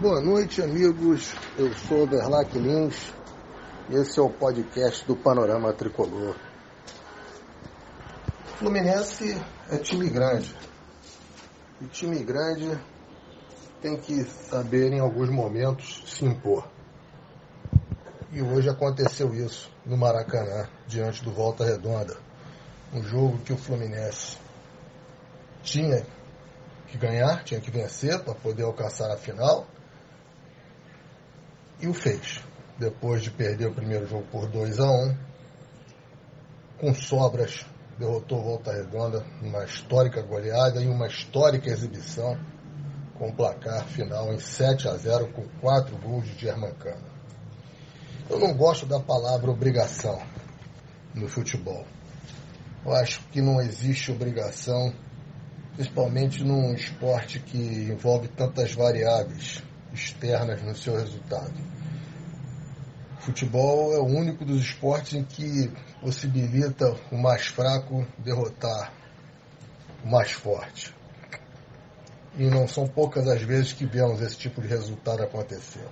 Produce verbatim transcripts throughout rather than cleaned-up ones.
Boa noite, amigos. Eu sou o Verlac Lins. Esse é o podcast do Panorama Tricolor. Fluminense é time grande. E time grande tem que saber, em alguns momentos, se impor. E hoje aconteceu isso no Maracanã, diante do Volta Redonda. Um jogo que o Fluminense tinha que ganhar, tinha que vencer para poder alcançar a final. E o fez. Depois de perder o primeiro jogo por dois a um, com sobras, derrotou o Volta Redonda numa histórica goleada e uma histórica exibição, com o placar final em sete a zero, com quatro gols de Germancano. Eu não gosto da palavra obrigação no futebol. Eu acho que não existe obrigação, principalmente num esporte que envolve tantas variáveis externas no seu resultado. O futebol é o único dos esportes em que possibilita o mais fraco derrotar o mais forte. E não são poucas as vezes que vemos esse tipo de resultado acontecer.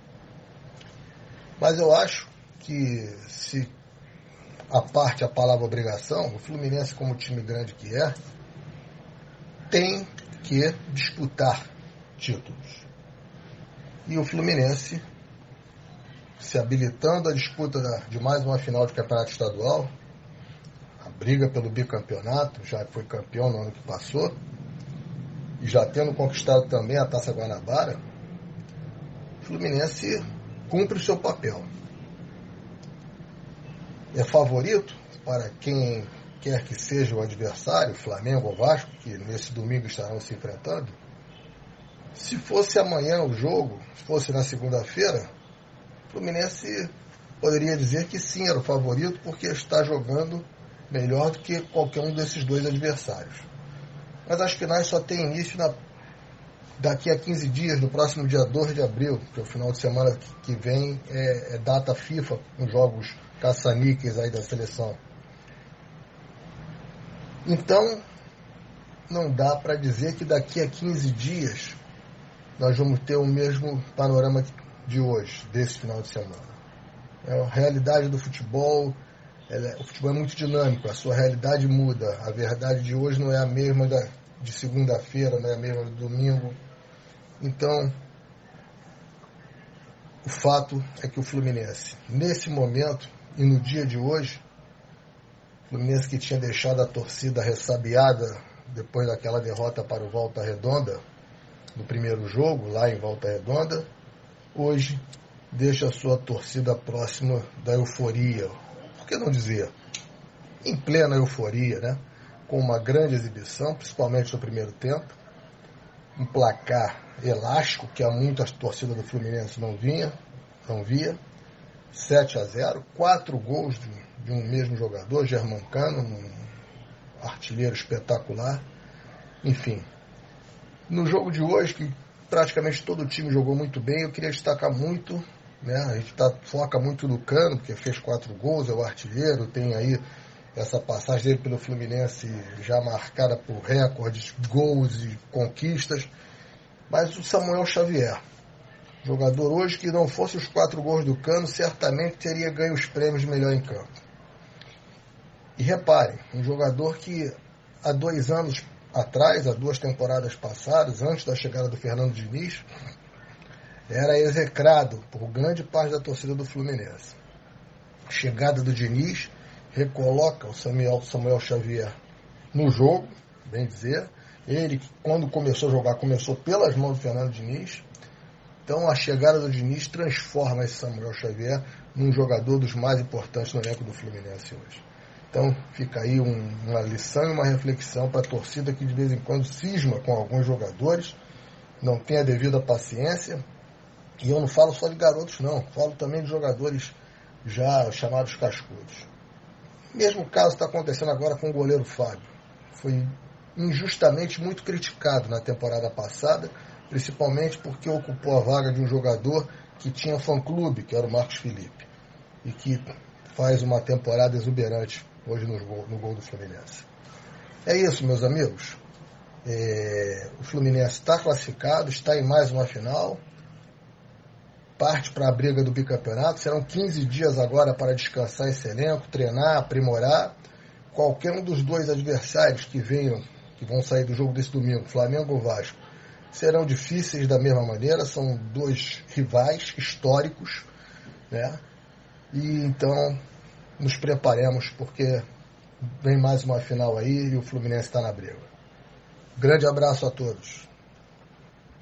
Mas eu acho que, se a parte a palavra obrigação, o Fluminense, como time grande que é, tem que disputar títulos. E o Fluminense, se habilitando a disputa de mais uma final de campeonato estadual, a briga pelo bicampeonato, já foi campeão no ano que passou, e já tendo conquistado também a Taça Guanabara, o Fluminense cumpre o seu papel. É favorito para quem quer que seja o adversário, Flamengo ou Vasco, que nesse domingo estarão se enfrentando. Se fosse amanhã o jogo, se fosse na segunda-feira, o Fluminense poderia dizer que sim, era o favorito, porque está jogando melhor do que qualquer um desses dois adversários. Mas as finais só têm início na, daqui a quinze dias, no próximo dia dois de abril, que é o final de semana que vem, é, é data FIFA, com jogos caça-níqueis aí da seleção. Então, não dá para dizer que daqui a quinze dias nós vamos ter o mesmo panorama de hoje, desse final de semana. É a realidade do futebol, ela, o futebol é muito dinâmico, a sua realidade muda. A verdade de hoje não é a mesma da, de segunda-feira, não é a mesma do domingo. Então, o fato é que o Fluminense, nesse momento e no dia de hoje, o Fluminense que tinha deixado a torcida ressabiada depois daquela derrota para o Volta Redonda, no primeiro jogo, lá em Volta Redonda, hoje deixa a sua torcida próxima da euforia. Por que não dizer? Em plena euforia, né? Com uma grande exibição, principalmente no primeiro tempo, um placar elástico que há muito a torcida do Fluminense não vinha, não via, sete a zero, quatro gols de, de um mesmo jogador, Germancano, um artilheiro espetacular, enfim. No jogo de hoje, que praticamente todo o time jogou muito bem, eu queria destacar muito, né? A gente tá, foca muito no Cano, porque fez quatro gols, é o artilheiro, tem aí essa passagem dele pelo Fluminense já marcada por recordes, gols e conquistas. Mas o Samuel Xavier, jogador hoje que não fosse os quatro gols do Cano, certamente teria ganho os prêmios de melhor em campo. E reparem, um jogador que há dois anos atrás, há duas temporadas passadas, antes da chegada do Fernando Diniz, era execrado por grande parte da torcida do Fluminense. A chegada do Diniz recoloca o Samuel, Samuel Xavier no jogo, bem dizer. Ele, quando começou a jogar, começou pelas mãos do Fernando Diniz. Então, a chegada do Diniz transforma esse Samuel Xavier num jogador dos mais importantes no elenco do Fluminense hoje. Então, fica aí um, uma lição e uma reflexão para a torcida que de vez em quando cisma com alguns jogadores, não tem a devida paciência. E eu não falo só de garotos, não. Falo também de jogadores já chamados cascudos. O mesmo caso está acontecendo agora com o goleiro Fábio. Foi injustamente muito criticado na temporada passada, principalmente porque ocupou a vaga de um jogador que tinha fã-clube, que era o Marcos Felipe, e que faz uma temporada exuberante hoje no gol, no gol do Fluminense. É isso, meus amigos. É, o Fluminense está classificado, está em mais uma final. parte para a briga do bicampeonato. Serão quinze dias agora para descansar esse elenco, treinar, aprimorar. Qualquer um dos dois adversários que venham, que vão sair do jogo desse domingo, Flamengo ou Vasco, serão difíceis da mesma maneira. São dois rivais históricos, né? E então nos preparemos, porque vem mais uma final aí e o Fluminense está na briga. Grande abraço a todos.